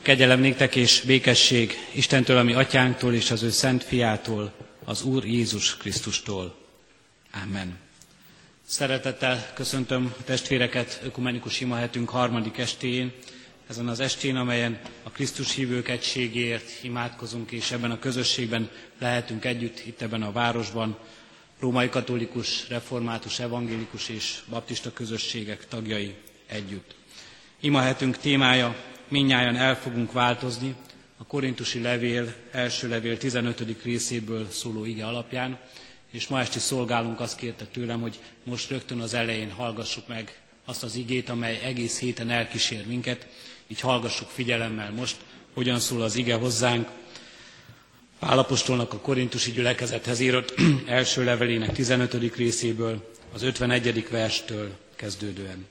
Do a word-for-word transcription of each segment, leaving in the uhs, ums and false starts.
Kegyelem néktek és békesség Istentől, ami atyánktól és az ő szent fiától, az Úr Jézus Krisztustól. Amen. Szeretettel köszöntöm a testvéreket ökumenikus imahetünk harmadik estéjén, ezen az estén, amelyen a Krisztus hívők egységéért imádkozunk, és ebben a közösségben lehetünk együtt, itt ebben a városban, római katolikus, református, evangélikus és baptista közösségek tagjai együtt. Imahetünk témája: mindnyájan el fogunk változni, a Korintusi levél, első levél tizenötödik részéből szóló ige alapján, és ma esti szolgálunk azt kérte tőlem, hogy most rögtön az elején hallgassuk meg azt az igét, amely egész héten elkísér minket, így hallgassuk figyelemmel most, hogyan szól az ige hozzánk. Pál apostolnak a korintusi gyülekezethez írott első levelének tizenötödik részéből, az ötvenegyedik verstől kezdődően.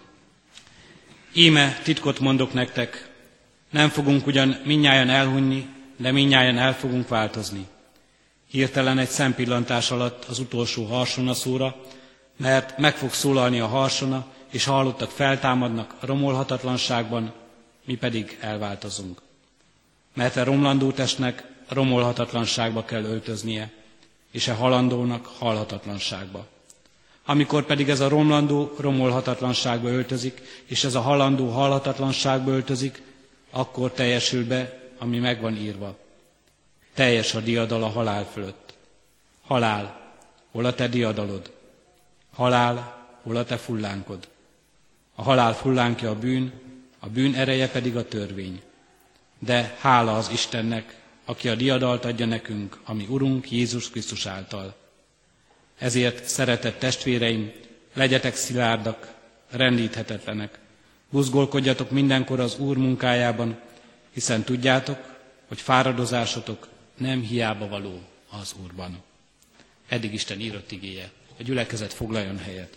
Íme titkot mondok nektek, nem fogunk ugyan mindnyájan elhunyni, de mindnyájan el fogunk változni. Hirtelen egy szempillantás alatt az utolsó harsona szóra, mert meg fog szólalni a harsona, és a halottak feltámadnak a romolhatatlanságban, mi pedig elváltozunk. Mert a romlandó testnek romolhatatlanságba kell öltöznie, és a halandónak halhatatlanságba. Amikor pedig ez a romlandó romolhatatlanságba öltözik, és ez a halandó halhatatlanságba öltözik, akkor teljesül be, ami megvan írva. Teljes a diadal a halál fölött. Halál, hol a te diadalod? Halál, hol a te fullánkod? A halál fullánkja a bűn, a bűn ereje pedig a törvény. De hála az Istennek, aki a diadalt adja nekünk, ami Urunk Jézus Krisztus által. Ezért, szeretett testvéreim, legyetek szilárdak, rendíthetetlenek, buzgolkodjatok mindenkor az Úr munkájában, hiszen tudjátok, hogy fáradozásotok nem hiába való az Úrban. Eddig Isten írott igéje. A gyülekezet foglaljon helyet.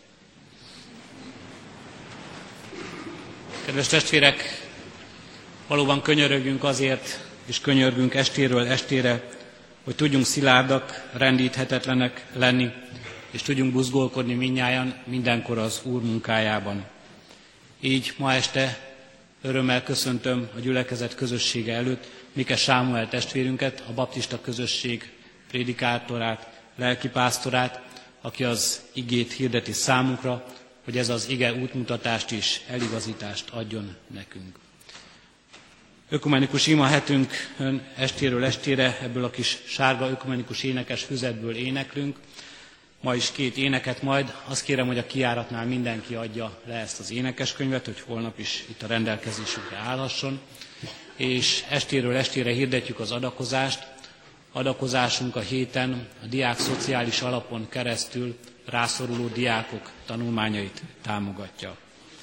Kedves testvérek, valóban könyörögjünk azért, és könyörgünk estéről estére, hogy tudjunk szilárdak, rendíthetetlenek lenni, és tudjunk buzgolkodni mindnyájan mindenkor az Úr munkájában. Így ma este örömmel köszöntöm a gyülekezet közössége előtt Mike Sámuel testvérünket, a baptista közösség prédikátorát, lelkipásztorát, aki az igét hirdeti számunkra, hogy ez az ige útmutatást és eligazítást adjon nekünk. Ökumenikus imahetünkön estéről estére ebből a kis sárga ökumenikus énekes füzetből éneklünk. Ma is két éneket majd. Azt kérem, hogy a kijáratnál mindenki adja le ezt az énekeskönyvet, hogy holnap is itt a rendelkezésünkre állhasson. És estéről estére hirdetjük az adakozást. Adakozásunk a héten a diák szociális alapon keresztül rászoruló diákok tanulmányait támogatja.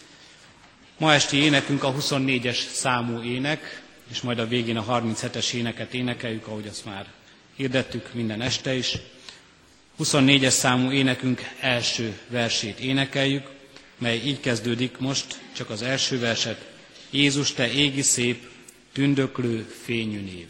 Ma esti énekünk a huszonnégyes számú ének, és majd a végén a harminchetes éneket énekeljük, ahogy azt már hirdettük minden este is. huszonnégyes számú énekünk első versét énekeljük, mely így kezdődik most, csak az első verset. Jézus, te égi szép, tündöklő fényű név.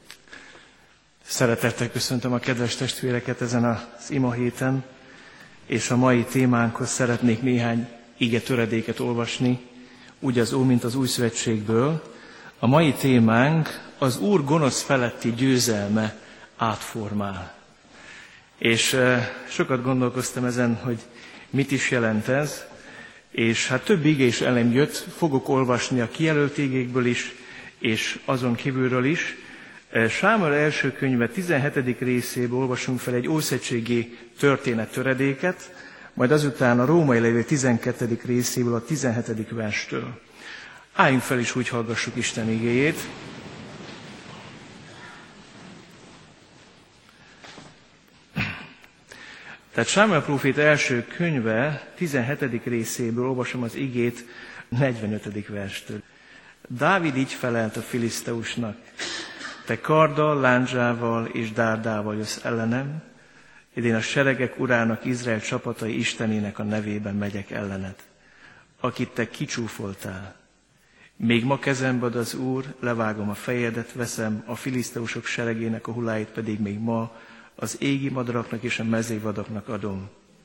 Szeretettel köszöntöm a kedves testvéreket ezen az ima héten, és a mai témánkhoz szeretnék néhány ige töredéket olvasni, úgy az Ó, mint az Új Szövetségből. A mai témánk az Úr gonosz feletti győzelme átformál. És sokat gondolkoztam ezen, hogy mit is jelent ez, és hát több ige is elém jött, fogok olvasni a kijelölt igékből is, és azon kívülről is. Sámuel első könyve tizenhetedik részéből olvasunk fel egy ószövetségi történet töredéket, majd azután a római levél tizenkettedik részéből a tizenhetedik verstől. Álljunk fel és úgy hallgassuk Isten igéjét. Tehát Sámuel próféta első könyve tizenhetedik részéből olvasom az igét negyvenötödik verstől. Dávid így felelt a filiszteusnak: te karddal, lándzsával és dárdával jössz ellenem, én a seregek urának, Izrael csapatai Istenének a nevében megyek ellened, akit te kicsúfoltál. Még ma kezembe ad az Úr, levágom a fejedet, veszem a filiszteusok seregének a hulláit, pedig még ma az égi madaraknak és a mezővadaknak adom.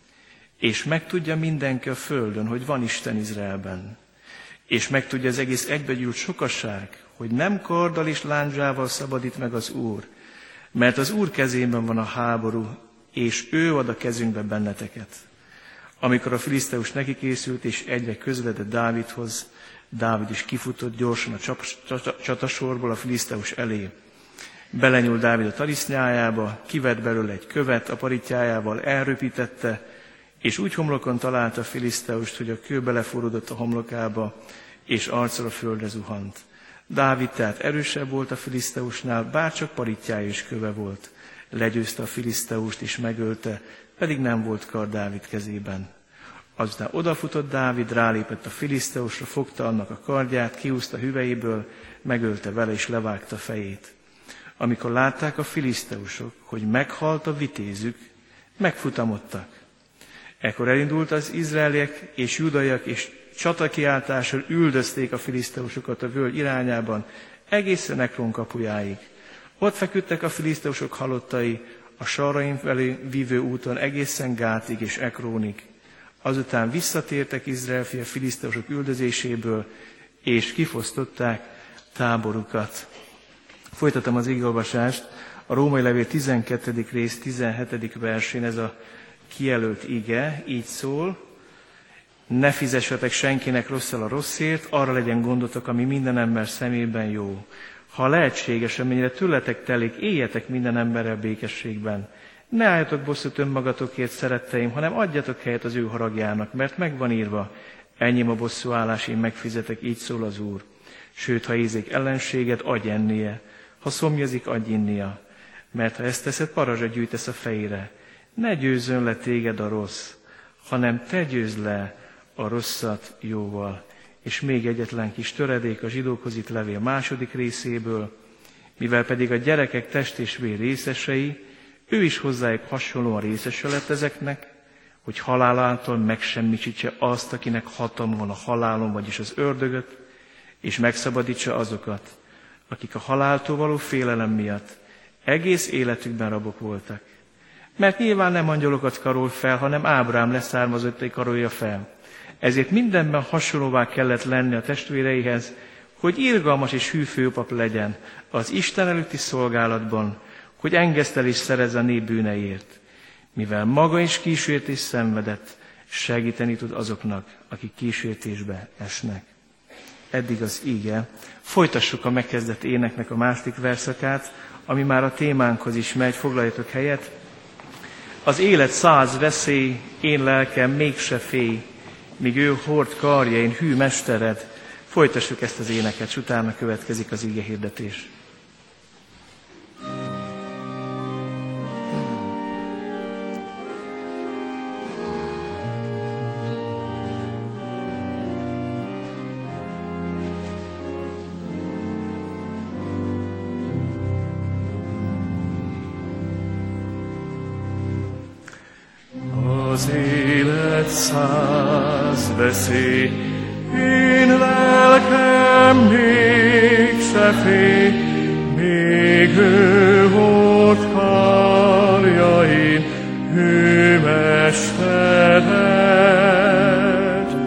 És megtudja mindenki a földön, hogy van Isten Izraelben. És megtudja az egész egybegyűlt sokaság, hogy nem karddal és lándzsával szabadít meg az Úr, mert az Úr kezében van a háború, és ő ad a kezünkbe benneteket. Amikor a filiszteus neki készült, és egyre közeledett Dávidhoz, Dávid is kifutott gyorsan a csatasorból a filiszteus elé. Belenyúlt Dávid a tarisznyájába, kivett belőle egy követ, a paritjájával elröpítette, és úgy homlokon találta a filiszteust, hogy a kő beleforródott a homlokába, és arcra a földre zuhant. Dávid tehát erősebb volt a filiszteusnál, bárcsak paritjája is köve volt. Legyőzte a filiszteust és megölte, pedig nem volt kard Dávid kezében. Azután odafutott Dávid, rálépett a filiszteusra, fogta annak a kardját, kihúzta hüvelyéből, megölte vele és levágta fejét. Amikor látták a filiszteusok, hogy meghalt a vitézük, megfutamodtak. Ekkor elindult az izraeliek és judaiak, és csatakiáltással üldözték a filiszteusokat a völgy irányában, egészen Ekron kapujáig. Ott feküdtek a filiszteusok halottai a Sarraim felé vívő úton egészen Gátig és Ekrónig. Azután visszatértek Izrael fia filiszteusok üldözéséből, és kifosztották táborukat. Folytatom az igéolvasást. A római levél tizenkettedik rész tizenhetedik versén ez a kijelölt ige így szól: ne fizessetek senkinek rosszal a rosszért, arra legyen gondotok, ami minden ember szemében jó. Ha lehetséges, amennyire tőletek telik, éljetek minden emberrel békességben. Ne álljatok bosszút önmagatokért, szeretteim, hanem adjatok helyet az ő haragjának, mert megvan írva: enyém a bosszúállás, én megfizetek, így szól az Úr. Sőt, ha ézik ellenséget, adj ennie, ha szomjazik, adj innia, mert ha ezt teszed, parazsat gyűjtesz a fejére. Ne győzzön le téged a rossz, hanem te győzd le a rosszat jóval. És még egyetlen kis töredék a zsidókhoz itt levél második részéből: mivel pedig a gyerekek test és vér részesei, ő is hozzájuk hasonlóan részese lett ezeknek, hogy halálától megsemmisítse azt, akinek hatalma van a halálon, vagyis az ördögöt, és megszabadítsa azokat, akik a haláltól való félelem miatt egész életükben rabok voltak. Mert nyilván nem angyalokat karol fel, hanem Ábrahám leszármazottai karolja fel. Ezért mindenben hasonlóvá kellett lenni a testvéreihez, hogy irgalmas és hű főpap legyen az Isten előtti szolgálatban, hogy engesztelést szerez a nép bűneiért, mivel maga is kísértést szenvedett, segíteni tud azoknak, akik kísértésbe esnek. Eddig az ige. Folytassuk a megkezdett éneknek a második verszakát, ami már a témánkhoz is megy, foglaljatok helyet. Az élet száz veszély, én lelkem mégse félj, míg ő hord karja, én hű mestered. Folytassuk ezt az éneket, s utána következik az ige hirdetés. Az élet száz veszély, én lelkem mégse félj, még ő hord karjain, mestered.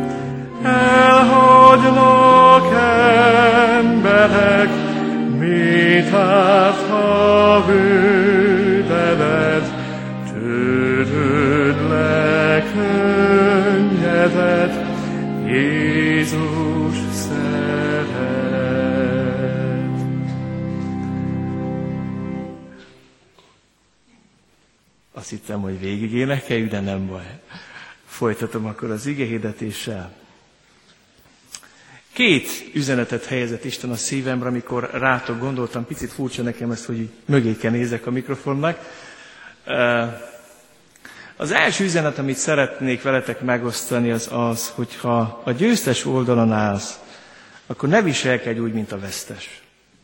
Elhagylak emberek, mit árt, ha védeled, töröd le könnyedet, Jézus szeret. Azt hittem, hogy végig énekeljük, de nem baj. Folytatom akkor az igehirdetéssel. Két üzenetet helyezett Isten a szívemre, amikor rátok gondoltam, picit furcsa nekem ezt, hogy mögé kell nézek a mikrofonnak. Az első üzenet, amit szeretnék veletek megosztani, az az, hogy ha a győztes oldalon állsz, akkor ne viselkedj úgy, mint a vesztes.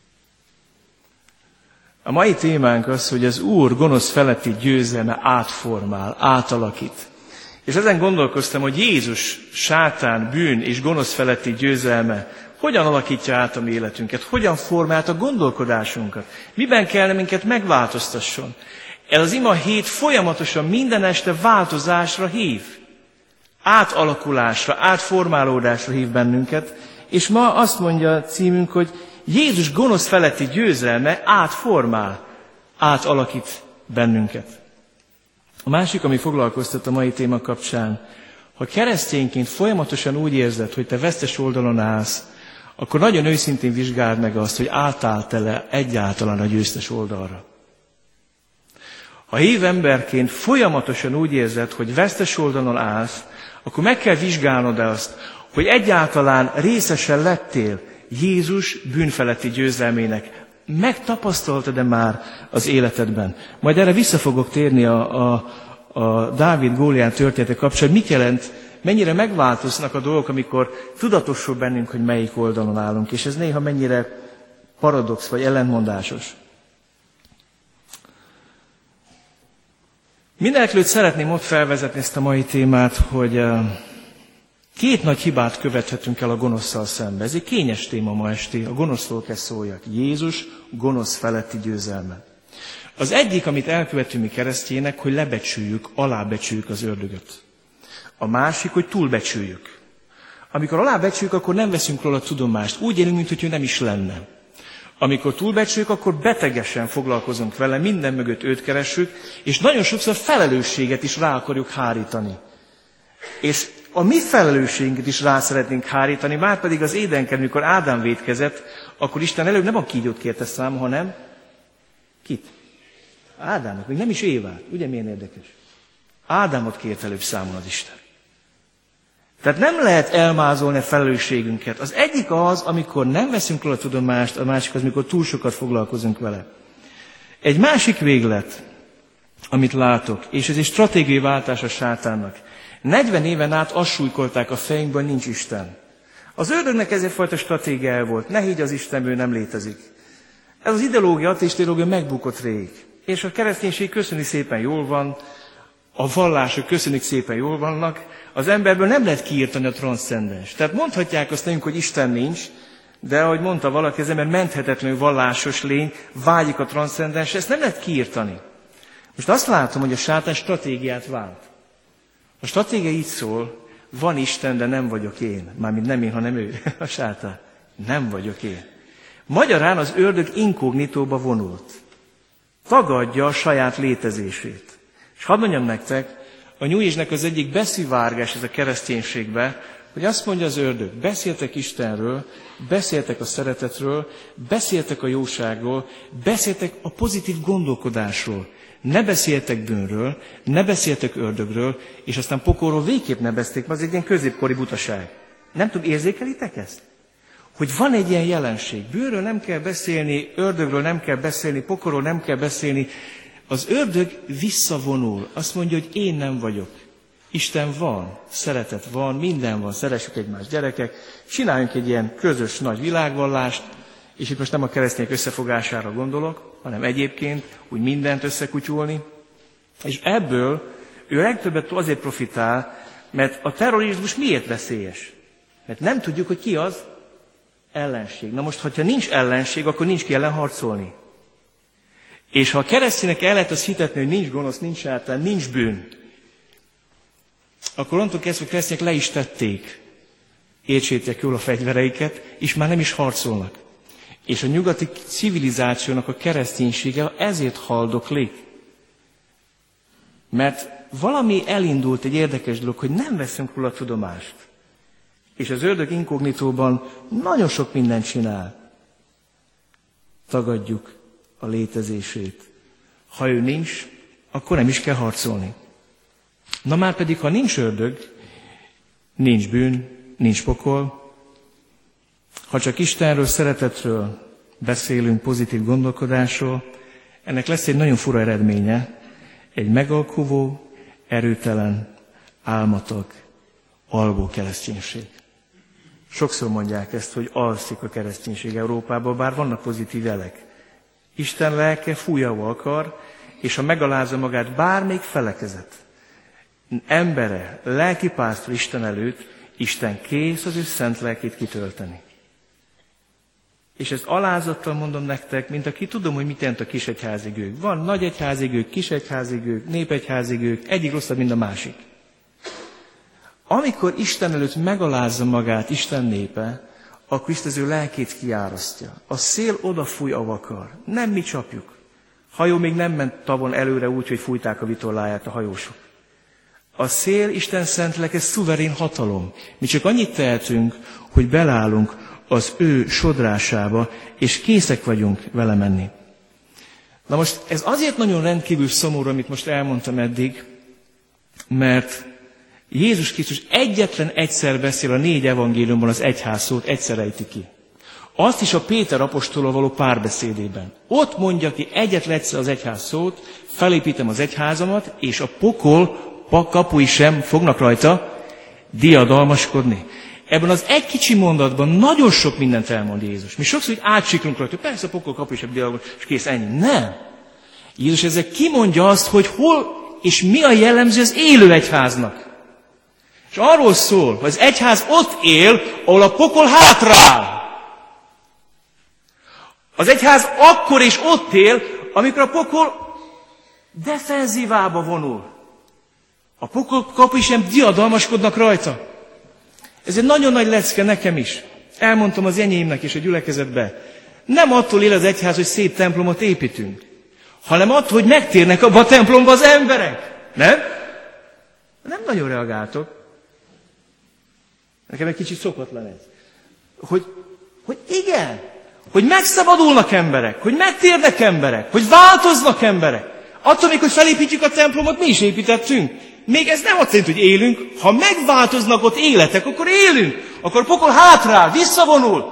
A mai témánk az, hogy az Úr gonosz feletti győzelme átformál, átalakít. És ezen gondolkoztam, hogy Jézus sátán, bűn és gonosz feletti győzelme hogyan alakítja át a mi életünket, hogyan formálta a gondolkodásunkat, miben kellene minket megváltoztasson. Ez az ima hét folyamatosan minden este változásra hív, átalakulásra, átformálódásra hív bennünket, és ma azt mondja a címünk, hogy Jézus gonosz feletti győzelme átformál, átalakít bennünket. A másik, ami foglalkoztat a mai téma kapcsán, ha keresztényként folyamatosan úgy érzed, hogy te vesztes oldalon állsz, akkor nagyon őszintén vizsgáld meg azt, hogy átálltál-e egyáltalán a győztes oldalra. Ha hív emberként folyamatosan úgy érzed, hogy vesztes oldalon állsz, akkor meg kell vizsgálnod azt, hogy egyáltalán részesen lettél Jézus bűnfeletti győzelmének. Megtapasztaltad-e már az életedben? Majd erre vissza fogok térni a, a, a Dávid Góliát története kapcsán, mit jelent, mennyire megváltoznak a dolgok, amikor tudatosul bennünk, hogy melyik oldalon állunk, és ez néha mennyire paradox vagy ellentmondásos. Mindenekelőtt szeretném ott felvezetni ezt a mai témát, hogy két nagy hibát követhetünk el a gonoszszal szembe. Ez egy kényes téma ma esti, a gonoszról kell szóljak. Jézus gonosz feletti győzelme. Az egyik, amit elkövetünk mi keresztjének, hogy lebecsüljük, alábecsüljük az ördögöt. A másik, hogy túlbecsüljük. Amikor alábecsüljük, akkor nem veszünk róla tudomást. Úgy élünk, mintha ő nem is lenne. Amikor túlbecsüljük, akkor betegesen foglalkozunk vele, minden mögött őt keressük, és nagyon sokszor felelősséget is rá akarjuk hárítani. És a mi felelősségünket is rá szeretnénk hárítani, márpedig az édenken, amikor Ádám vétkezett, akkor Isten előbb nem a kígyót kérte számon, hanem kit? Ádámot, még nem is Évát. Ugye milyen érdekes? Ádámot kért előbb számon az Isten. Tehát nem lehet elmázolni a felelősségünket. Az egyik az, amikor nem veszünk róla tudomást, a másik az, amikor túl sokat foglalkozunk vele. Egy másik véglet, amit látok, és ez egy stratégiai váltás a sátánnak. negyven éven át azt súlykolták a fejünkben, hogy nincs Isten. Az ördögnek ez egyfajta stratégiája volt. Ne higgy az Isten, ő nem létezik. Ez az ideológia, ateista ideológia megbukott rég. És a kereszténység köszöni szépen jól van, a vallások köszönik szépen jól vannak, az emberből nem lehet kiírtani a transzcendens. Tehát mondhatják azt nekünk, hogy Isten nincs, de ahogy mondta valaki, az ember menthetetlenül vallásos lény, vágyik a transzcendensre, ezt nem lehet kiírtani. Most azt látom, hogy a sátán stratégiát vált. A stratégia így szól, van Isten, de nem vagyok én. Mármint nem én, hanem ő, a sátán. Nem vagyok én. Magyarán az ördög inkognitóba vonult. Tagadja a saját létezését. És hadd mondjam nektek, a New Age-nek az egyik beszivárgás ez a kereszténységbe, hogy azt mondja az ördög, beszéltek Istenről, beszéltek a szeretetről, beszéltek a jóságról, beszéltek a pozitív gondolkodásról. Ne beszéltek bűnről, ne beszéltek ördögről, és aztán pokolról végképp ne beszéltek, mert az egy ilyen középkori butaság. Nem tudom, érzékelitek ezt? Hogy van egy ilyen jelenség. Bűnről nem kell beszélni, ördögről nem kell beszélni, pokolról nem kell beszélni. Az ördög visszavonul. Azt mondja, hogy én nem vagyok. Isten van, szeretet van, minden van, szeressük egymást gyerekek. Csináljunk egy ilyen közös nagy világvallást, és itt most nem a keresztények összefogására gondolok, hanem egyébként úgy mindent összekutyulni. És ebből ő legtöbbet azért profitál, mert a terrorizmus miért veszélyes? Mert nem tudjuk, hogy ki az ellenség. Na most, ha nincs ellenség, akkor nincs ki ellen harcolni. És ha a kereszténynek el lehet azt hitetni, hogy nincs gonosz, nincs sátán, nincs bűn, akkor onnantól kezdve a keresztények le is tették, értsétek jól a fegyvereiket, és már nem is harcolnak. És a nyugati civilizációnak a kereszténysége ezért haldoklik. Mert valami elindult egy érdekes dolog, hogy nem veszünk róla tudomást. És az ördög inkognitóban nagyon sok mindent csinál. Tagadjuk a létezését. Ha ő nincs, akkor nem is kell harcolni. Na már pedig, ha nincs ördög, nincs bűn, nincs pokol, ha csak Istenről, szeretetről beszélünk, pozitív gondolkodásról, ennek lesz egy nagyon fura eredménye, egy megalkuvó, erőtelen, álmatag, alvó kereszténység. Sokszor mondják ezt, hogy alszik a kereszténység Európában, bár vannak pozitív jelek. Isten lelke fújva akar, és ha megalázza magát bármelyik felekezet, embere, lelkipásztor Isten előtt, Isten kész az ő szent lelkét kitölteni. És ezt alázattal mondom nektek, mint aki tudom, hogy mit jelent a kisegyházigők. Van nagyegyházigők, kisegyházigők, népegyházigők, egyik rosszabb, mint a másik. Amikor Isten előtt megalázza magát Isten népe, akkor Isten az ő lelkét kiárasztja. A szél odafúj, avakar. Nem mi csapjuk. Hajó még nem ment tavon előre úgy, hogy fújták a vitorláját a hajósok. A szél, Isten szent lelke, szuverén hatalom. Mi csak annyit tehetünk, hogy belállunk az ő sodrásába, és készek vagyunk vele menni. Na most ez azért nagyon rendkívül szomorú, amit most elmondtam eddig, mert Jézus Krisztus egyetlen egyszer beszél a négy evangéliumban az egyház szót, egyszer ejti ki. Azt is a Péter apostollal való párbeszédében. Ott mondja ki egyetlen egyszer az egyház szót, felépítem az egyházamat, és a pokol kapui sem fognak rajta diadalmaskodni. Ebben az egy kicsi mondatban nagyon sok mindent elmond Jézus. Mi sokszor úgy átsiklunk rajta, persze a pokol kapui sem diadalmaskodni, és kész, ennyi. Nem. Jézus ezzel kimondja azt, hogy hol és mi a jellemző az élő egyháznak. És arról szól, hogy az egyház ott él, ahol a pokol hátraáll. Az egyház akkor és ott él, amikor a pokol defenzívába vonul. A pokol kapui sem diadalmaskodnak rajta. Ez egy nagyon nagy lecke nekem is. Elmondtam az enyémnek és a gyülekezetbe. Nem attól él az egyház, hogy szép templomot építünk, hanem attól, hogy megtérnek abba a templomba az emberek. Nem? Nem nagyon reagáltok. Nekem egy kicsit szokatlan ez. Hogy, hogy igen, hogy megszabadulnak emberek, hogy megtérnek emberek, hogy változnak emberek. Attól még, hogy felépítjük a templomot, mi is építettünk. Még ez nem azt jelenti, hogy élünk. Ha megváltoznak ott életek, akkor élünk. Akkor a pokol hátrál, visszavonul.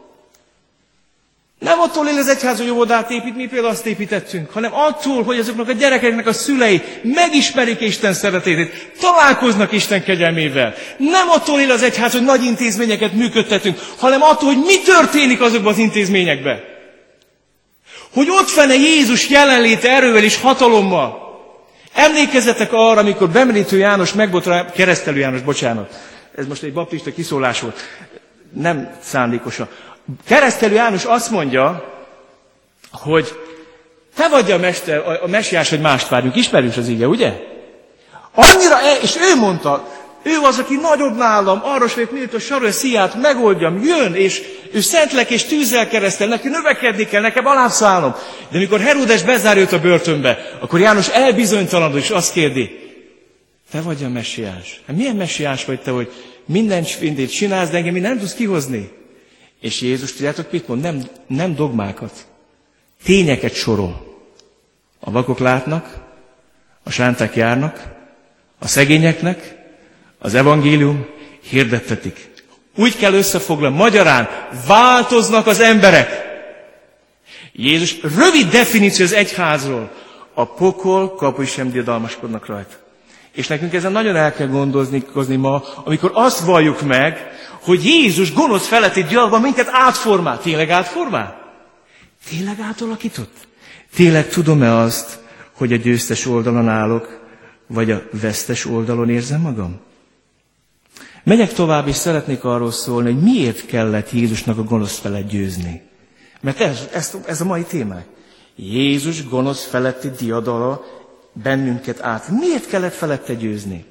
Nem attól él az egyház, hogy óvodát épít, mi például azt építettünk, hanem attól, hogy azoknak a gyerekeknek a szülei megismerik Isten szeretetét, találkoznak Isten kegyelmével. Nem attól él az egyház, hogy nagy intézményeket működtetünk, hanem attól, hogy mi történik azokban az intézményekben. Hogy ott fenne Jézus jelenléte erővel és hatalommal. Emlékezzetek arra, amikor Bemerítő János megbotrál, Keresztelő János, bocsánat, ez most egy baptista kiszólás volt, nem szándékosan. Keresztelő János azt mondja, hogy te vagy a, mester, a mesiás, hogy mást várjunk. Ismerős az ige, ugye? Annyira, el, és ő mondta, ő az, aki nagyobb nálam, arra vagyok, miért a sarolja szíját, megoldjam, jön, és ő szentlek és tűzzel keresztel, neki növekedni kell, nekem alábbszállnom. De amikor Heródes bezárja őt a börtönbe, akkor János elbizonytalanod, és azt kérdi, te vagy a mesiás. Hát milyen mesiás vagy te, hogy minden mindent csinálsz, de engem mi nem tudsz kihozni? És Jézus, tudjátok mit mond? Nem, nem dogmákat, tényeket sorol. A vakok látnak, a sánták járnak, a szegényeknek az evangélium hirdettetik. Úgy kell összefoglalni, magyarán változnak az emberek. Jézus rövid definíció az egyházról. A pokol kapui sem diadalmaskodnak rajta. És nekünk ezen nagyon el kell gondolkozni ma, amikor azt valljuk meg, hogy Jézus gonosz feletti gyalogban minket átformál. Tényleg átformál? Tényleg átalakított? Tényleg tudom-e azt, hogy a győztes oldalon állok, vagy a vesztes oldalon érzem magam? Megyek tovább, és szeretnék arról szólni, hogy miért kellett Jézusnak a gonosz felet győzni. Mert ez, ez, ez a mai témák. Jézus gonosz feletti diadala bennünket át. Miért kellett felette győzni?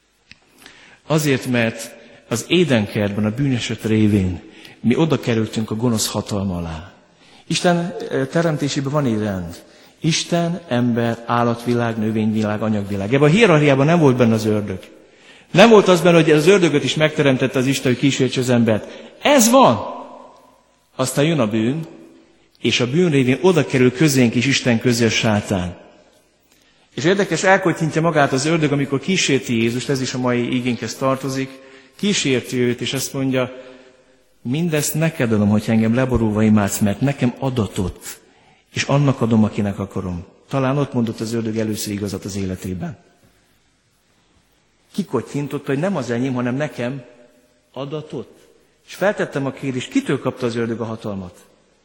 Azért, mert az Édenkertben, a bűneset révén mi oda kerültünk a gonosz hatalma alá. Isten teremtésében van egy rend. Isten, ember, állatvilág, növényvilág, anyagvilág. Ebben a hierarchiában nem volt benne az ördög. Nem volt az benne, hogy az ördögöt is megteremtette az Isten, hogy kísértse az embert. Ez van! Aztán jön a bűn, és a bűn révén oda kerül közénk is Isten közé a sátán. És érdekes, elkottyintja magát az ördög, amikor kísérti Jézust, ez is a mai igénkhez tartozik, kísérti őt, és azt mondja, mindezt neked adom, hogy engem leborulva imádsz, mert nekem adatot, és annak adom, akinek akarom. Talán ott mondott az ördög először igazat az életében. Kikottyintotta, hogy nem az enyém, hanem nekem adatot. És feltettem a kérdést, kitől kapta az ördög a hatalmat?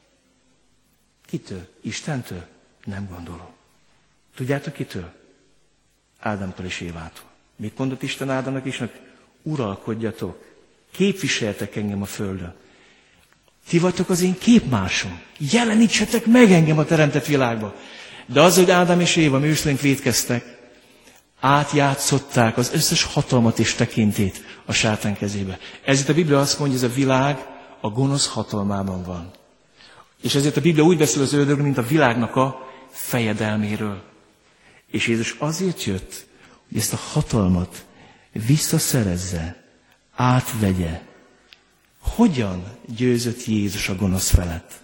Kitől? Istentől? Nem gondolom. Tudjátok kitől? Ádámtól és Évától. Mit mondott Isten Ádámnak is? Uralkodjatok, képviseltek engem a földön. Ti vagytok az én képmásom. Jelenítsetek meg engem a teremtett világba. De az, hogy Ádám és Éva, mi őszlénk vétkeztek, átjátszották az összes hatalmat és tekintét a sátán kezébe. Ezért a Biblia azt mondja, hogy ez a világ a gonosz hatalmában van. És ezért a Biblia úgy beszél az ördögről, mint a világnak a fejedelméről. És Jézus azért jött, hogy ezt a hatalmat visszaszerezze, átvegye. Hogyan győzött Jézus a gonosz felett?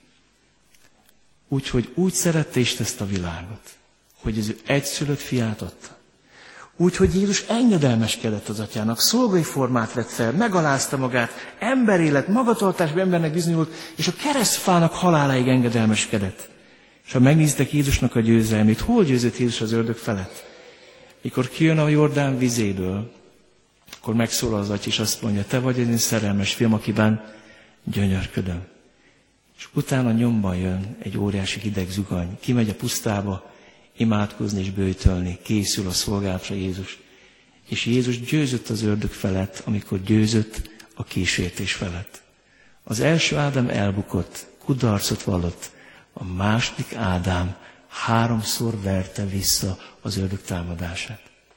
Úgyhogy úgy szerette Isten ezt a világot, hogy az ő egyszülött fiát adta. Úgyhogy Jézus engedelmeskedett az atyának, szolgai formát vett fel, megalázta magát, emberé lett, magatartásban embernek bizonyult, és a keresztfának haláláig engedelmeskedett. És ha megnéztek Jézusnak a győzelmét, hol győzött Jézus az ördög felett? Mikor kijön a Jordán vizéből, akkor megszólal az atya, és azt mondja, te vagy az én szerelmes fiam, akiben gyönyörködöm. És utána nyomban jön egy óriási hideg zugany, kimegy a pusztába, imádkozni és böjtölni, készül a szolgálatra Jézus. És Jézus győzött az ördög felett, amikor győzött a kísértés felett. Az első Ádám elbukott, kudarcot vallott, a második Ádám háromszor verte vissza az ördög támadását.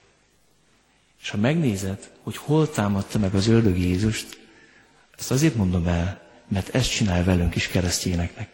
És ha megnézed, hogy hol támadta meg az ördög Jézust, ezt azért mondom el, mert ezt csinál velünk is keresztényeknek.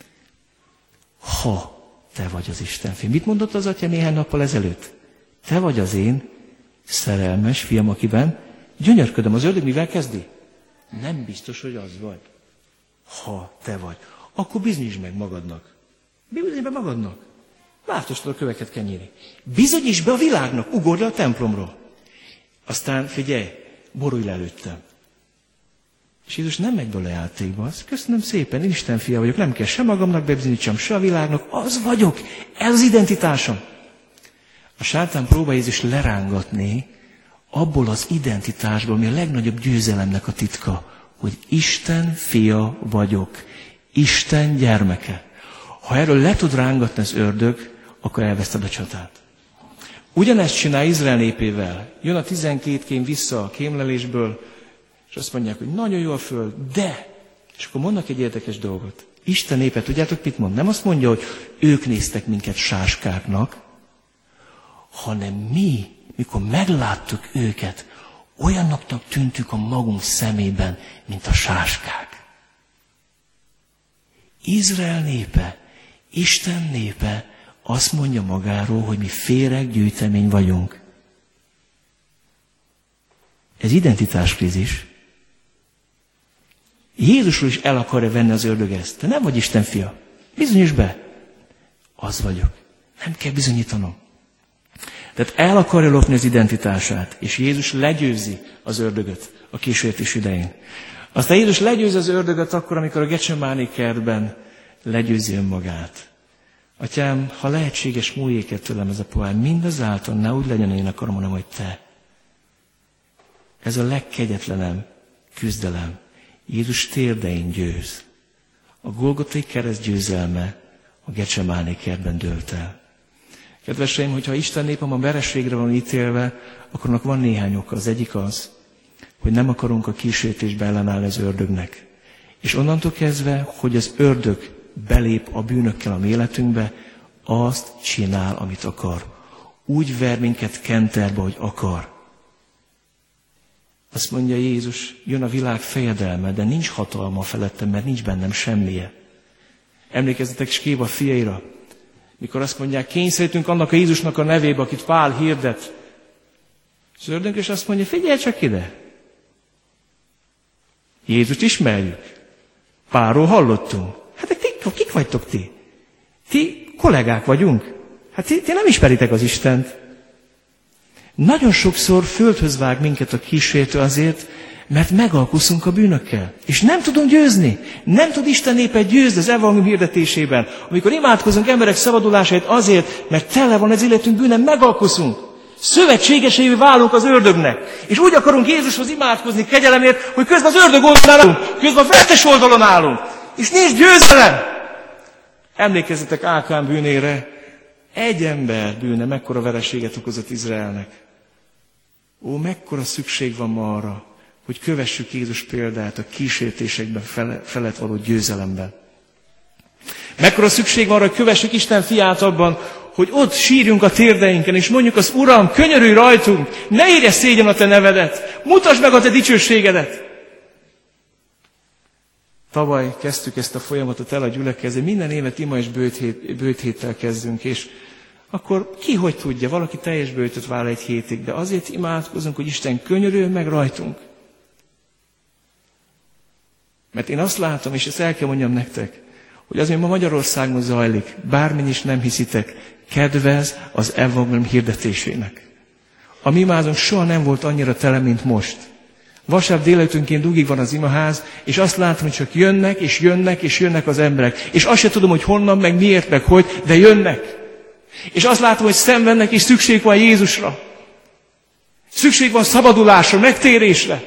Ha te vagy az Isten fiam. Mit mondott az atya néhány nappal ezelőtt? Te vagy az én szerelmes fiam, akiben gyönyörködöm. Az ördög mivel kezdi? Nem biztos, hogy az vagy. Ha te vagy. Akkor bizonyítsd meg magadnak. Bizonyítsd be magadnak. Változtad a köveket kell nyírni. Bizonyítsd be a világnak. Ugorj le a templomról. Aztán figyelj, borulj le előttem. És Jézus nem megy bele játékba. Azt köszönöm szépen, én Isten fia vagyok, nem kell se magamnak bebizonyítsam, se a világnak, az vagyok, ez az identitásom. A sátán próbál Jézus lerángatni abból az identitásból, ami a legnagyobb győzelemnek a titka, hogy Isten fia vagyok, Isten gyermeke. Ha erről le tud rángatni az ördög, akkor elveszted a csatát. Ugyanezt csinál Izrael népével. Jön a tizenkét kém vissza a kémlelésből, és azt mondják, hogy nagyon jó a föld, de, és akkor mondnak egy érdekes dolgot. Isten népe, tudjátok mit mond? Nem azt mondja, hogy ők néztek minket sáskáknak, hanem mi, mikor megláttuk őket, olyanoknak tűntük a magunk szemében, mint a sáskák. Izrael népe, Isten népe azt mondja magáról, hogy mi féreggyűjtemény vagyunk. Ez identitáskrízis. Jézusról is el akarja venni az ördög ezt. Te nem vagy Isten fia. Bizonyítsd be. Az vagyok. Nem kell bizonyítanom. Tehát el akarja lopni az identitását, és Jézus legyőzi az ördögöt a kísértés idején. Aztán Jézus legyőzi az ördögöt akkor, amikor a Gecsemáné kertben legyőzi önmagát. Atyám, ha lehetséges, múljék el tőlem ez a pohár, mindazáltal ne úgy legyen, én akarom, hanem, hogy te. Ez a legkegyetlenebb küzdelem. Jézus térdein győz. A Golgotai kereszt győzelme a Gecsemáné kertben dőlt el. Kedveseim, hogyha Isten népem a vereségre van ítélve, akkor annak van néhány oka. Az egyik az, hogy nem akarunk a kísértésbe ellenállni az ördögnek. És onnantól kezdve, hogy az ördög belép a bűnökkel a mi életünkbe, azt csinál, amit akar. Úgy ver minket kenterbe, hogy akar. Azt mondja Jézus, jön a világ fejedelme, de nincs hatalma felettem, mert nincs bennem semmije. Emlékezzetek Skéba fiaira, mikor azt mondják, kényszerítünk annak a Jézusnak a nevébe, akit Pál hirdet. Az ördög is azt mondja, figyelj csak ide. Jézust ismerjük. Pálról hallottunk. Hát ti, kik vagytok ti? Ti kollégák vagyunk. Hát ti, ti nem ismeritek az Istent. Nagyon sokszor földhöz vág minket a kísértő azért, mert megalkuszunk a bűnökkel. És nem tudunk győzni. Nem tud Isten népe győzni az evangélium hirdetésében. Amikor imádkozunk emberek szabadulásáért azért, mert tele van az életünk bűnen, megalkuszunk. Szövetségeseivé válunk az ördögnek. És úgy akarunk Jézushoz imádkozni kegyelemért, hogy közben az ördög oldalon állunk, közben a vesztes oldalon állunk. És nincs győzelem. Emlékezzetek Ákán bűnére. Egy ember bűne mekkora vereséget okozott Izraelnek. Ó, mekkora szükség van ma arra, hogy kövessük Jézus példát a kísértésekben fele, felett való győzelemben. Mekkora szükség van arra, hogy kövessük Isten fiát abban, hogy ott sírjunk a térdeinken, és mondjuk az Uram, könyörülj rajtunk, ne érje szégyen a te nevedet, mutasd meg a te dicsőségedet. Tavaly kezdtük ezt a folyamatot el a gyülekezni, minden évet ima és bőt, hét, bőt héttel kezdünk, és akkor ki hogy tudja, valaki teljes bőtöt vár egy hétig, de azért imádkozunk, hogy Isten könyörüljön meg rajtunk. Mert én azt látom, és ezt el kell mondjam nektek, hogy az, ami ma Magyarországon zajlik, bármin is nem hiszitek, kedvez az evangélium hirdetésének. A mi imázunk soha nem volt annyira tele, mint most. Vasárnap délelőttönként dugig van az imaház, és azt látom, hogy csak jönnek, és jönnek, és jönnek az emberek. És azt se tudom, hogy honnan, meg miért, meg hogy, de jönnek. És azt látom, hogy szenvednek, és szükség van Jézusra. Szükség van szabadulásra, megtérésre.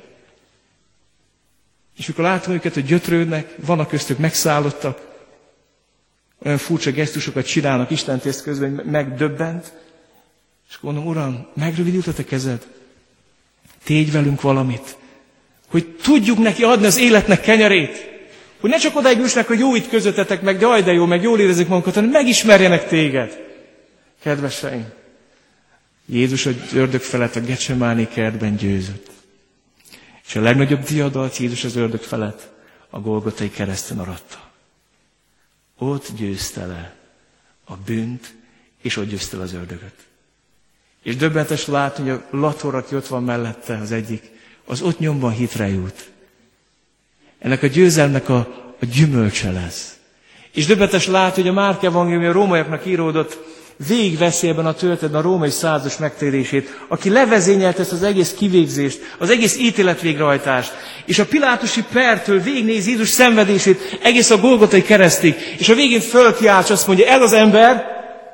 És mikor látom őket, hogy gyötrődnek, vannak köztük megszállottak, olyan furcsa gesztusokat csinálnak Isten tiszt közben, hogy megdöbbent, és mondom, Uram, megrövidült a te kezed. Tégy velünk valamit, hogy tudjuk neki adni az életnek kenyerét. Hogy ne csak odáig jussanak, hogy jó itt közöttetek, meg de aj, de jó, meg jól érezzük magunkat, hanem megismerjenek téged. Kedveseim, Jézus az ördög felett a Gecsemáné kertben győzött. És a legnagyobb diadalt Jézus az ördög felett a Golgotai kereszten aratta. Ott győzte le a bűnt, és ott győzte le az ördögöt. És döbbenetes látni, hogy a lator, aki ott van mellette, az egyik, az ott nyomban hitre jut. Ennek a győzelmnek a, a gyümölcse lesz. És döbbenetes látni, hogy a Márk evangélium a rómaiaknak íródott, végigveszi ebben a történetben a római százas megtérését, aki levezényelt ezt az egész kivégzést, az egész ítéletvégrehajtást, és a pilátusi pertől végignéz Jézus szenvedését egész a Golgotai keresztig, és a végén fölkiálts, azt mondja, ez az ember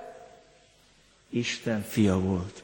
Isten fia volt.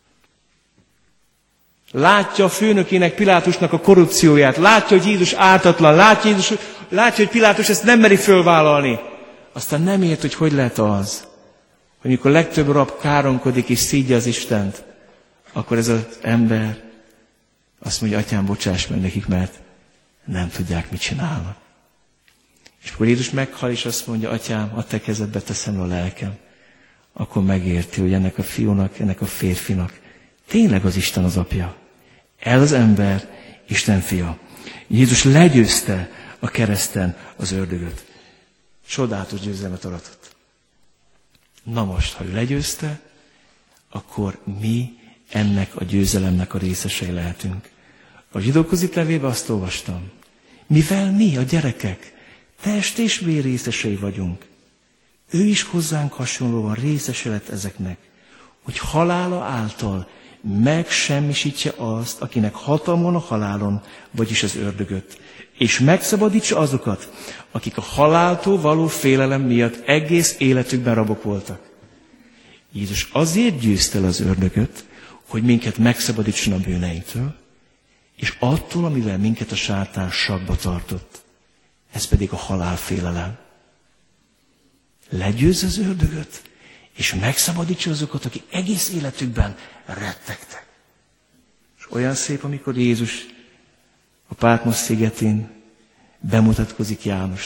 Látja a főnökének, Pilátusnak a korrupcióját, látja, hogy Jézus ártatlan, látja, Jézus, látja, hogy Pilátus ezt nem meri fölvállalni. Aztán nem ért, hogy hogy lehet az, hogy mikor legtöbb rab káromkodik és szídja az Istent, akkor ez az ember azt mondja, Atyám, bocsáss meg nekik, mert nem tudják, mit csinálnak. És akkor Jézus meghal, és azt mondja, Atyám, a te kezedbe teszem a lelkem. Akkor megérti, hogy ennek a fiúnak, ennek a férfinak tényleg az Isten az apja. Ez az ember Isten fia. Jézus legyőzte a kereszten az ördögöt. Csodálatos győzelmet aratott. Na most, ha ő legyőzte, akkor mi ennek a győzelemnek a részesei lehetünk. A zsidókhoz levélben azt olvastam. Mivel mi, a gyerekek, test és vér részesei vagyunk, ő is hozzánk hasonlóan részese lett ezeknek, hogy halála által megsemmisítse azt, akinek hatalma a halálon, vagyis az ördögöt, és megszabadítsa azokat, akik a haláltól való félelem miatt egész életükben rabok voltak. Jézus azért győzte el az ördögöt, hogy minket megszabadítson a bűneinktől, és attól, amivel minket a sátán sakba tartott. Ez pedig a halálfélelem. Legyőzze az ördögöt, és megszabadítsa azokat, akik egész életükben rettegtek. És olyan szép, amikor Jézus a Pátmos szigetén bemutatkozik Jánosnak.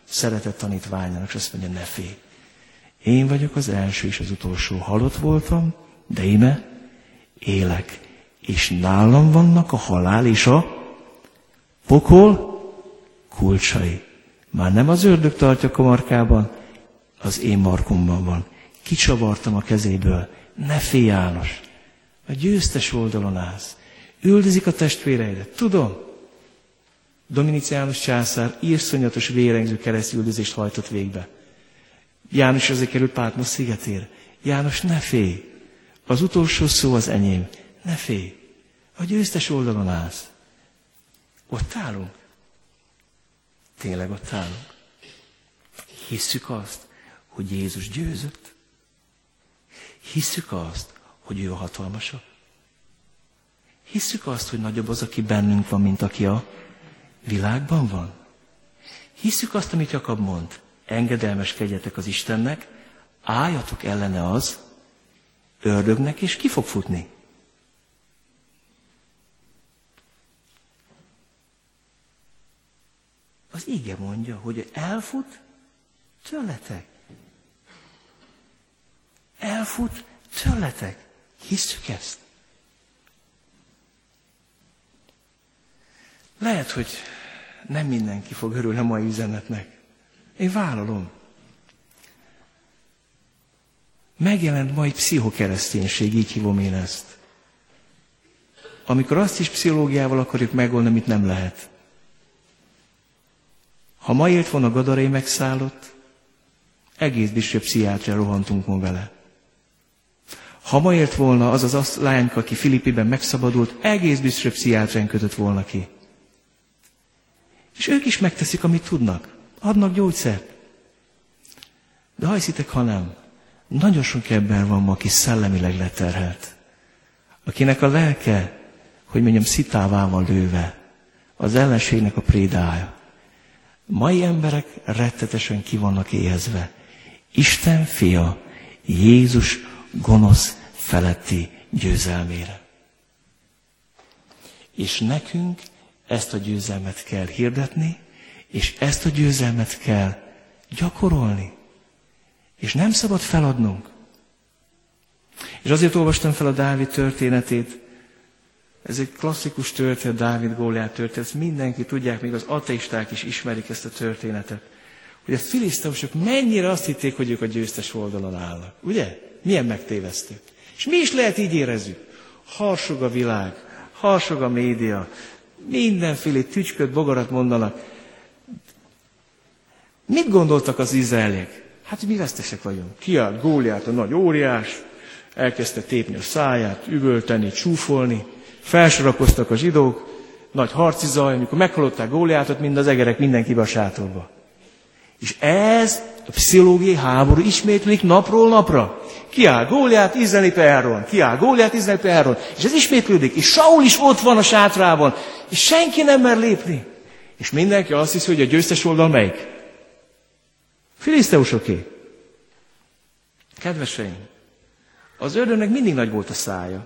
szeretett tanítványának, és azt mondja, ne félj. Én vagyok az első és az utolsó. Halott voltam, de íme élek. És nálam vannak a halál és a pokol kulcsai. Már nem az ördög tartja kamarkában, az én markomban van. Kicsavartam a kezéből. Ne félj, János. A győztes oldalon állsz. Üldözik a testvéreidet. Tudom. Dominiциánus császár írszonyatos vérengző keresztüldözést hajtott végbe. János azért került Pátmos szigetére. János, ne félj. Az utolsó szó az enyém. Ne félj. A győztes oldalon állsz. Ott állunk. Tényleg ott állunk. Hisszük azt, hogy Jézus győzött. Hisszük azt, hogy ő a hatalmasabb. Hisszük azt, hogy nagyobb az, aki bennünk van, mint aki a világban van. Hisszük azt, amit Jakab mond. Engedelmeskedjetek az Istennek, álljatok ellene az ördögnek, és ki fog futni? Az ige mondja, hogy elfut tőletek. Elfut tőletek. Hisszük ezt? Lehet, hogy nem mindenki fog örülni a mai üzenetnek. Én vállalom. Megjelent mai pszichokereszténység, így hívom én ezt. Amikor azt is pszichológiával akarjuk megoldani, amit nem lehet. Ha ma élt volna Gadarei megszállott, egész biztos pszichiátrián rohantunk volna vele. Ha ma élt volna az az, az lányka, aki Filippiben megszabadult, egész biztos pszichiátrián kötött volna ki. És ők is megteszik, amit tudnak. Adnak gyógyszert. De ha hiszitek, ha nem, nagyon sok ember van ma, aki szellemileg leterhelt. Akinek a lelke, hogy mondjam, szitává van lőve. Az ellenségnek a prédája. Mai emberek rettetesen ki vannak éhezve. Isten fia, Jézus gonosz feletti győzelmére. És nekünk ezt a győzelmet kell hirdetni, és ezt a győzelmet kell gyakorolni. És nem szabad feladnunk. És azért olvastam fel a Dávid történetét. Ez egy klasszikus történet, Dávid Góliát történet. Ezt mindenki tudják, még az ateisták is ismerik ezt a történetet. Hogy a filiszteusok mennyire azt hitték, hogy ők a győztes oldalon állnak. Ugye? Milyen megtévesztők. És mi is lehet így érezzük. Harsog a világ, harsog a média, mindenféle tücsköt, bogarat mondanak. Mit gondoltak az izraeliek? Hát mi vesztesek vagyunk. Kiállt Góliát, a nagy óriás, elkezdte tépni a száját, üvölteni, csúfolni, felsorakoztak a zsidók, nagy harci zaj, amikor meghallották Góliátot, mind az egerek, mindenki be a sátorba. És ez a pszichológiai háború ismétlik napról napra. Kiáll Góliát, Izrael népe elron. Kiáll Góliát, Izrael népe elron. És ez ismétlődik. És Saul is ott van a sátrában. És senki nem mer lépni. És mindenki azt hiszi, hogy a győztes oldal melyik? Filiszteusoké. Kedveseim, az ördögnek mindig nagy volt a szája.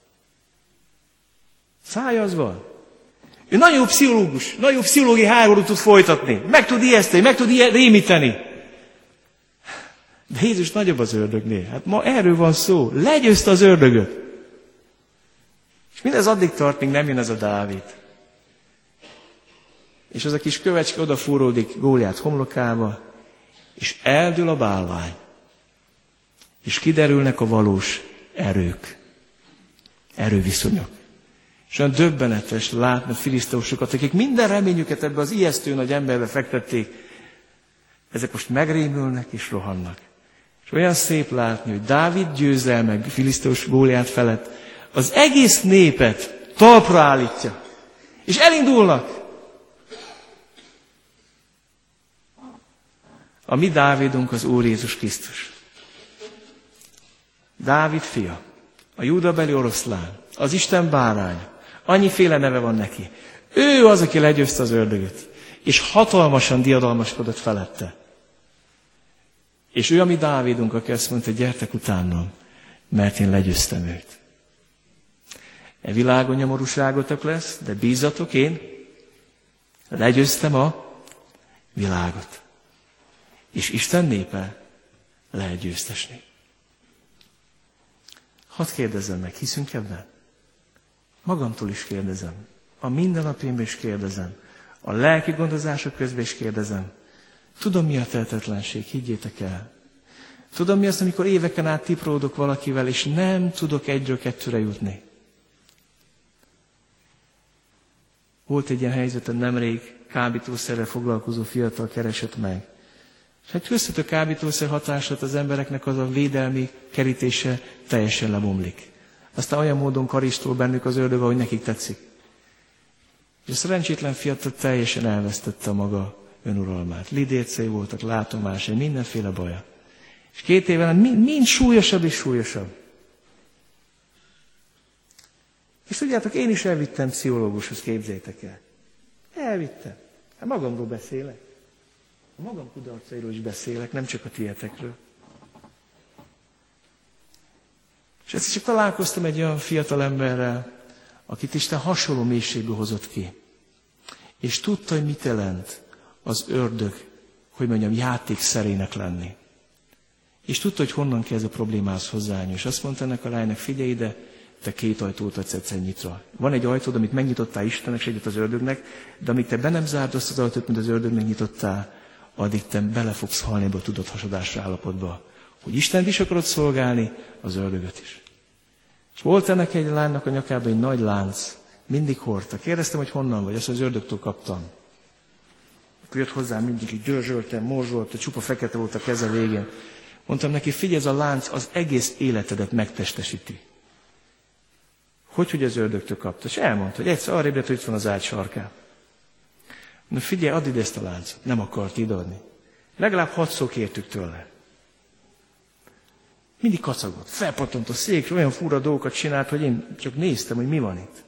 Szája az van. Ő nagyon pszichológus, nagyon pszichológiai háborút tud folytatni. Meg tud ijeszteni, meg tud rémíteni. De Jézus nagyobb az ördögnél. Hát ma erről van szó. Legyőzte az ördögöt. És mindez addig tart, míg nem jön ez a Dávid. És az a kis kövecske odafúródik Góliát homlokába, és eldől a bálvány. És kiderülnek a valós erők. Erőviszonyok. És olyan döbbenetes látni a filiszteusokat, akik minden reményüket ebbe az ijesztő nagy emberbe fektették. Ezek most megrémülnek és rohannak. És olyan szép látni, hogy Dávid győzelme filiszteus Góliát felett az egész népet talpra állítja. És elindulnak. A mi Dávidunk az Úr Jézus Krisztus. Dávid fia, a júdabeli oroszlán, az Isten báránya. Annyiféle neve van neki. Ő az, aki legyőzte az ördögöt, és hatalmasan diadalmaskodott felette. És ő a mi Dávidunk, aki azt mondta, gyertek utánam, mert én legyőztem őt. E világon nyomorúságotok lesz, de bízzatok, én legyőztem a világot. És Isten népe lehet győztesni. Hadd kérdezzem meg, hiszünk ebben? Magamtól is kérdezem. A mindennapjaimban is kérdezem. A lelki gondozások közben is kérdezem. Tudom, mi a tehetetlenség, higgyétek el. Tudom, mi az, amikor éveken át tipródok valakivel, és nem tudok egyről kettőre jutni. Volt egy ilyen helyzetem nemrég, kábítószerrel foglalkozó fiatal keresett meg. És egy közvető kábítószer hatását az embereknek az a védelmi kerítése teljesen lebomlik. Aztán olyan módon karistol bennük az ördög, ahogy nekik tetszik. És a szerencsétlen fiatal teljesen elvesztette a maga önuralmát. Lidércei voltak, látomásai, mindenféle baja. És két éven mind, mind súlyosabb és súlyosabb. És tudjátok, én is elvittem pszichológushoz, képzeljétek el. Elvittem. Hát magamról beszélek. A magam kudarcairól is beszélek, nem csak a tietekről. És egyszer csak találkoztam egy olyan fiatal emberrel, akit Isten hasonló mélységből hozott ki. És tudta, hogy mit jelent az ördög, hogy mondjam, játékszerének lenni. És tudta, hogy honnan kell ez a problémához hozzányúlni. És azt mondta ennek a lánynak, figyelj ide, te két ajtót adsz egyszer nyitva. Van egy ajtód, amit megnyitottál Istennek, és egyet az ördögnek, de amíg te be nem zárd azt az ajtót, mint az ördögnek nyitottál, addig te bele fogsz halni ebbe a tudathasadásra állapotba. Hogy Istent is akarod szolgálni, az ördögöt is. És volt ennek egy lánynak a nyakában egy nagy lánc, mindig hordta. Kérdeztem, hogy honnan vagy, azt az ördögtől kaptam. Akkor jött hozzám, mindig így dörzsöltem, morzsolta, csupa fekete volt a keze végén. Mondtam neki, figyelj, ez a lánc az egész életedet megtestesíti. Hogy, hogy az ördögtől kapta? És elmondta, hogy egyszer arrébb lett, hogy itt van az ágy sarkán. Na figyelj, add ide ezt a láncot. Nem akart ideadni. Legalább hatszor kértük tőle. Mindig kacagott, felpattant a székre, olyan fura dolgokat csinált, hogy én csak néztem, hogy mi van itt.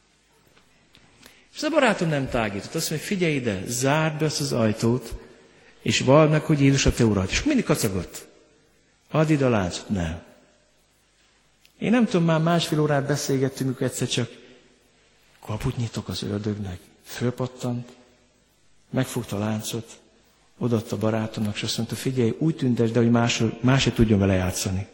És a barátom nem tágított. Azt mondja, figyelj ide, zárd be azt az ajtót, és vald meg, hogy Jézus a te urad. És mindig kacagott. Add ide a láncot. Nem. Én nem tudom, már másfél órát beszélgettünk, amikor egyszer csak kaput nyitok az ördögnek. Fölpattant, megfogta a láncot, odaadta a barátomnak, és azt mondta, figyelj, úgy tüntes, de hogy más, más se tudjon vele játszani.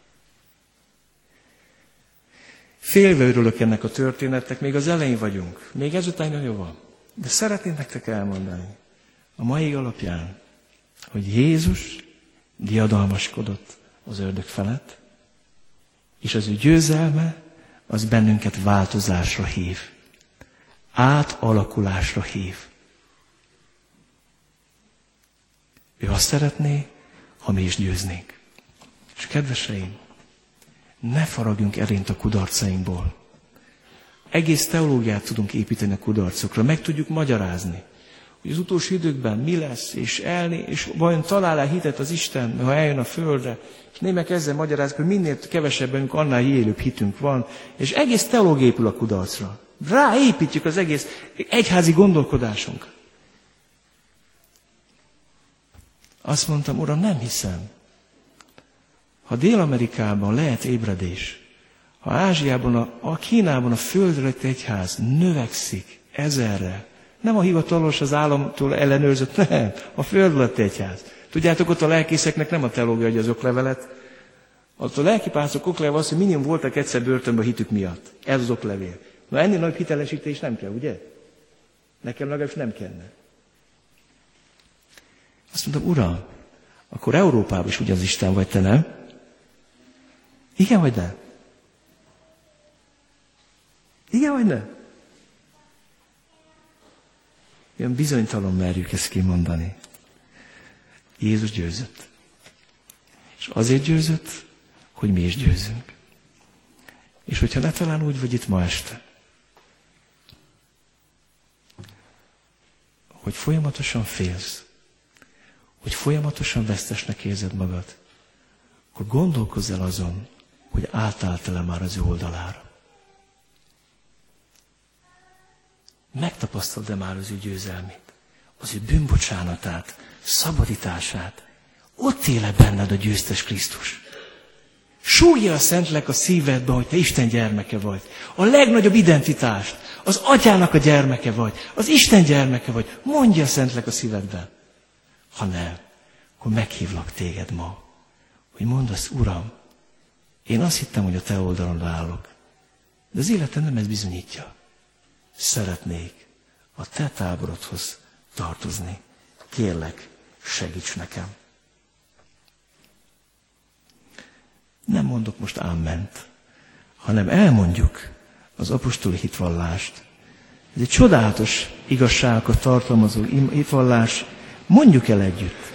Félve örülök ennek a történetnek, még az elején vagyunk. Még ezután nagyon van. De szeretném nektek elmondani, a mai alapján, hogy Jézus diadalmaskodott az ördög felett, és az ő győzelme az bennünket változásra hív. Átalakulásra hív. Ő azt szeretné, ha mi is győznénk. És kedveseim, ne faragjunk elént a kudarcainkból. Egész teológiát tudunk építeni a kudarcokra, meg tudjuk magyarázni, hogy az utolsó időkben mi lesz, és elni, és vajon talál-e hitet az Isten, ha eljön a földre, és némek ezzel magyarázni, hogy minél kevesebben, annál élőbb hitünk van, és egész teológia épül a kudarcra. Ráépítjük az egész egyházi gondolkodásunk. Azt mondtam, Uram, nem hiszem. Ha Dél-Amerikában lehet ébredés, ha Ázsiában, a, a Kínában a földreletti egyház növekszik ezerre, nem a hivatalos, az államtól ellenőrzött, nem, a földreletti egyház. Tudjátok, ott a lelkészeknek nem a teológia adja az oklevelet, ott a lelkipászok okleve az, hogy minimum voltak egyszer börtönben a hitük miatt. Ez az oklevél. Na ennél nagy hitelesítés nem kell, ugye? Nekem legalábbis nem kellene. Azt mondom, Uram, akkor Európában is ugyanaz Isten vagy, te nem? Igen vagy nem? Igen vagy nem? Ilyen bizonytalan merjük ezt kimondani. Jézus győzött. És azért győzött, hogy mi is győzünk. És hogyha ne talán úgy vagy itt ma este, hogy folyamatosan félsz, hogy folyamatosan vesztesnek érzed magad, akkor gondolkozz el azon, hogy átálltál-e már az ő oldalára. Megtapasztald-e már az ő győzelmét, az ő bűnbocsánatát, szabadítását? Ott él benned a győztes Krisztus. Súgja a Szentlélek a szívedbe, hogy te Isten gyermeke vagy. A legnagyobb identitást, az Atyának a gyermeke vagy, az Isten gyermeke vagy. Mondja a Szentlélek a szívedben. Ha nem, akkor meghívlak téged ma, hogy mondd azt, Uram, én azt hittem, hogy a te oldalon állok, de az életem nem ez bizonyítja. Szeretnék a te táborodhoz tartozni. Kérlek, segíts nekem. Nem mondok most áment, hanem elmondjuk az apostoli hitvallást. Ez egy csodálatos igazságokat tartalmazó hitvallás. Mondjuk el együtt.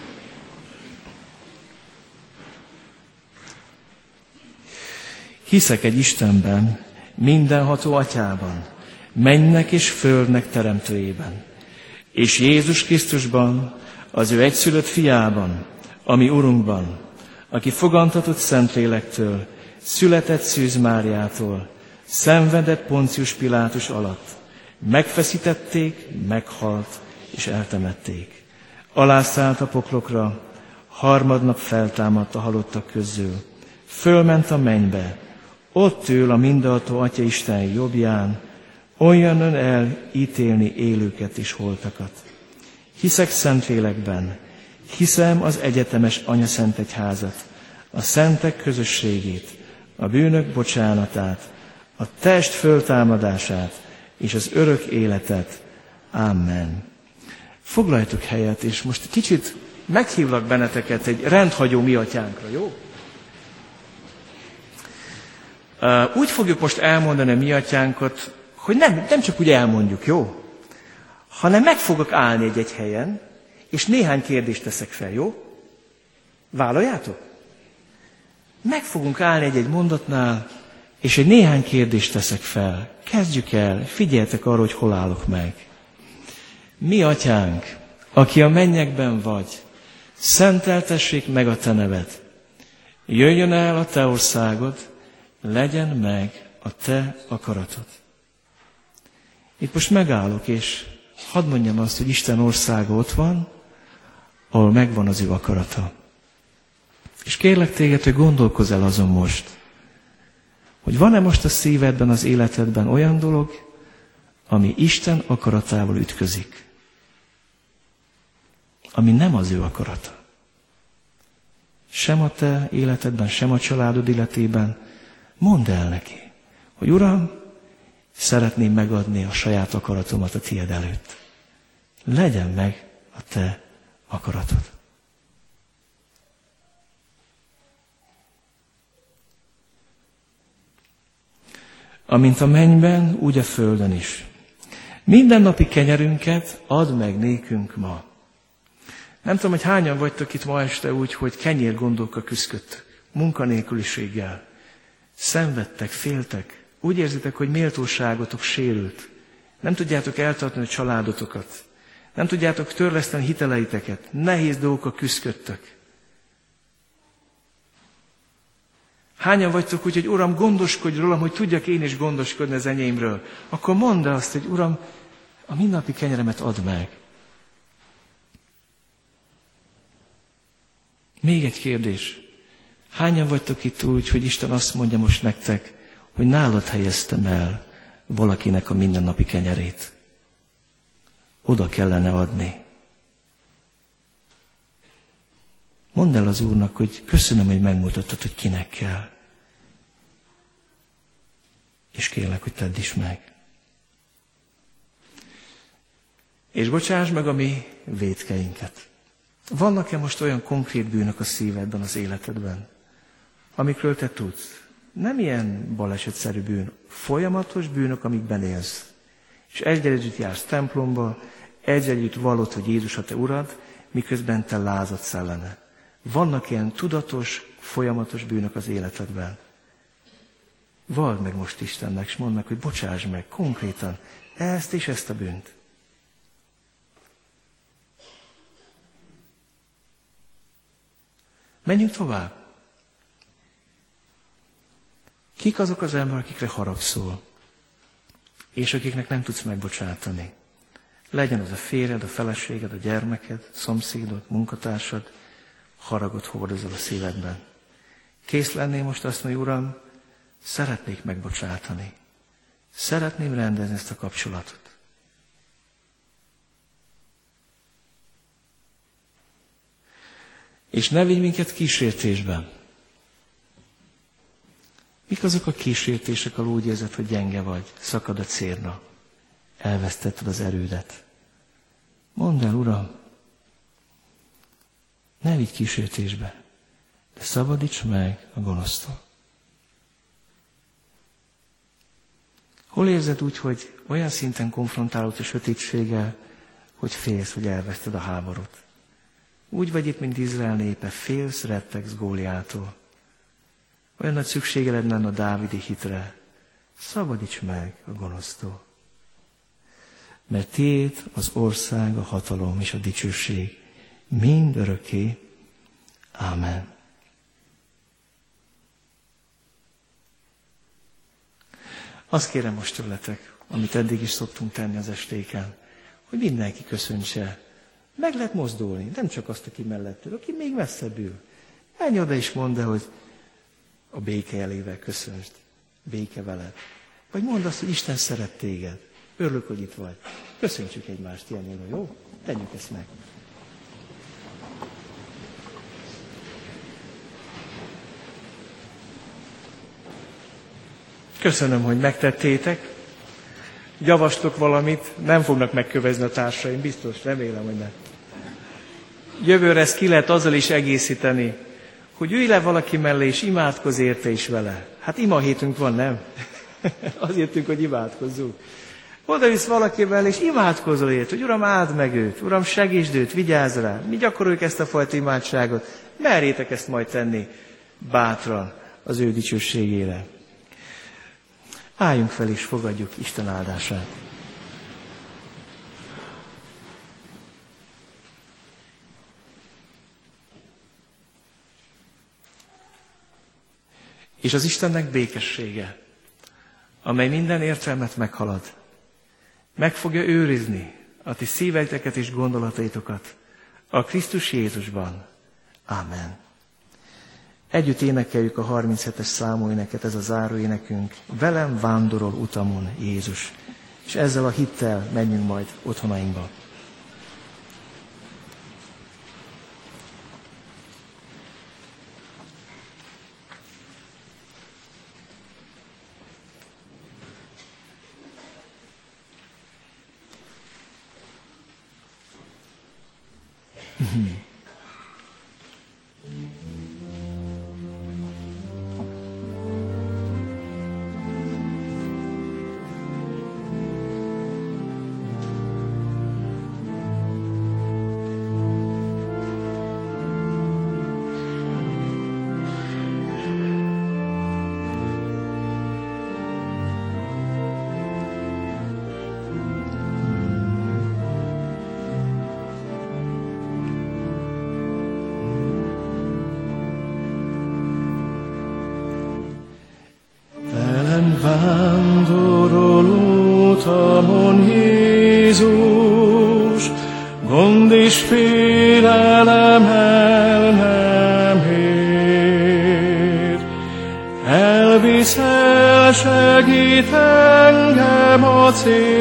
Hiszek egy Istenben, mindenható Atyában, mennek és földnek teremtőjében, és Jézus Krisztusban, az ő egyszülött fiában, ami Urunkban, aki fogantatott Szentlélektől, született Szűz Máriától, szenvedett Poncius Pilátus alatt, megfeszítették, meghalt és eltemették. Alászállt a poklokra, harmadnap feltámadt a halottak közül, fölment a mennybe, ott ül a mindenható Atya Isten jobbján, olyan ön el ítélni élőket és holtakat. Hiszek Szentlélekben, hiszem az egyetemes Anyaszentegyházat, a szentek közösségét, a bűnök bocsánatát, a test föltámadását és az örök életet. Amen. Foglaljatok helyet, és most kicsit meghívlak benneteket egy rendhagyó mi atyánkra, jó? Úgy fogjuk most elmondani a mi atyánkat, hogy nem, nem csak úgy elmondjuk, jó? Hanem meg fogok állni egy-egy helyen, és néhány kérdést teszek fel, jó? Vállaljátok? Meg fogunk állni egy-egy mondatnál, és egy néhány kérdést teszek fel. Kezdjük el, figyeljetek arra, hogy hol állok meg. Mi atyánk, aki a mennyekben vagy, szenteltessék meg a te neved. Jöjjön el a te országod, legyen meg a te akaratod. Itt most megállok, és hadd mondjam azt, hogy Isten országa ott van, ahol megvan az ő akarata. És kérlek téged, hogy gondolkozz el azon most, hogy van-e most a szívedben, az életedben olyan dolog, ami Isten akaratával ütközik, ami nem az ő akarata. Sem a te életedben, sem a családod életében. Mondd el neki, hogy Uram, szeretném megadni a saját akaratomat a tiéd előtt. Legyen meg a te akaratod. Amint a mennyben, úgy a földön is. Mindennapi kenyerünket add meg nékünk ma. Nem tudom, hogy hányan vagytok itt ma este úgy, hogy kenyérgondókkal küzdködtök, munkanélküliséggel. Szenvedtek, féltek, úgy érzitek, hogy méltóságotok sérült. Nem tudjátok eltartani a családotokat. Nem tudjátok törleszteni hiteleiteket. Nehéz dolgokkal küzdködtök. Hányan vagytok úgy, hogy Uram, gondoskodj rólam, hogy tudjak én is gondoskodni az enyémről. Akkor mondd azt, hogy Uram, a mindennapi kenyeremet add meg. Még egy kérdés. Hányan vagytok itt úgy, hogy Isten azt mondja most nektek, hogy nálad helyeztem el valakinek a mindennapi kenyerét. Oda kellene adni. Mondd el az Úrnak, hogy köszönöm, hogy megmutattad, hogy kinek kell. És kérlek, hogy tedd is meg. És bocsáss meg a mi vétkeinket. Vannak-e most olyan konkrét bűnök a szívedben, az életedben, amikről te tudsz? Nem ilyen balesetszerű bűn, folyamatos bűnök, amikben élsz. És együtt jársz templomba, együtt vallod, hogy Jézus a te urad, miközben te lázadsz ellene. Vannak ilyen tudatos, folyamatos bűnök az életedben. Vald meg most Istennek, és mondd meg, hogy bocsáss meg konkrétan ezt és ezt a bűnt. Menjünk tovább. Kik azok az emberek, akikre haragszol, és akiknek nem tudsz megbocsátani? Legyen az a férjed, a feleséged, a gyermeked, a szomszédod, munkatársad, haragot hordozol a szívedben. Kész lennél most azt mondani, Uram, szeretnék megbocsátani. Szeretném rendezni ezt a kapcsolatot. És ne vigy minket kísértésben. Mik azok a kísértések, ahol úgy érzed, hogy gyenge vagy, szakad a cérna, elvesztetted az erődet? Mondd el, Uram, ne vigy kísértésbe, de szabadíts meg a gonosztól. Hol érzed úgy, hogy olyan szinten konfrontálódsz a sötétséggel, hogy félsz, hogy elveszted a háborút? Úgy vagy itt, mint Izrael népe, félsz, rettegsz Góliától. Olyan nagy szükséged lenne a dávidi hitre. Szabadíts meg a gonosztól. Mert tiéd az ország, a hatalom és a dicsőség mind örökké. Ámen. Azt kérem most tőletek, amit eddig is szoktunk tenni az estéken, hogy mindenki köszöntse. Meg lehet mozdulni, nem csak azt, aki mellettől, aki még messzebb ül. Menj oda és mondd el, hogy a béke elével köszöntsd, béke veled. Vagy mondd azt, hogy Isten szeret téged. Örülök, hogy itt vagy. Köszöntsük egymást ilyen módon, jó? Tegyük ezt meg. Köszönöm, hogy megtettétek. Javastok valamit, nem fognak megkövezni a társaim, biztos, remélem, hogy nem. Jövőre ezt ki lehet azzal is egészíteni, hogy ülj le valaki mellé, és imádkozz érte is vele. Hát ima hétünk van, nem? Azért jöttünk, hogy imádkozzunk. Oda visz valaki mellé, és imádkozol érte, hogy Uram, áld meg őt, Uram, segítsd őt, vigyázz rá. Mi gyakoroljuk ezt a fajta imádságot, merjétek ezt majd tenni bátran az ő dicsőségére. Álljunk fel és fogadjuk Isten áldását. És az Istennek békessége, amely minden értelmet meghalad, meg fogja őrizni a ti szíveiteket és gondolataitokat a Krisztus Jézusban. Ámen. Együtt énekeljük a harminchetes számú éneket, ez a záró énekünk. Velem vándorol utamon Jézus. És ezzel a hittel menjünk majd otthonainkba. Vándorol utamon Jézus, gond és félelem el nem ér. Elviszel, segít engem a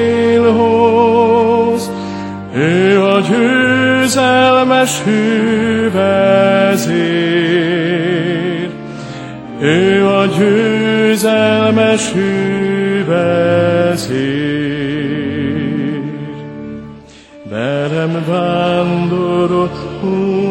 célhoz, ő a győzelmes hűvezér. Ő a győzelmes hűvezér. Velem vándorol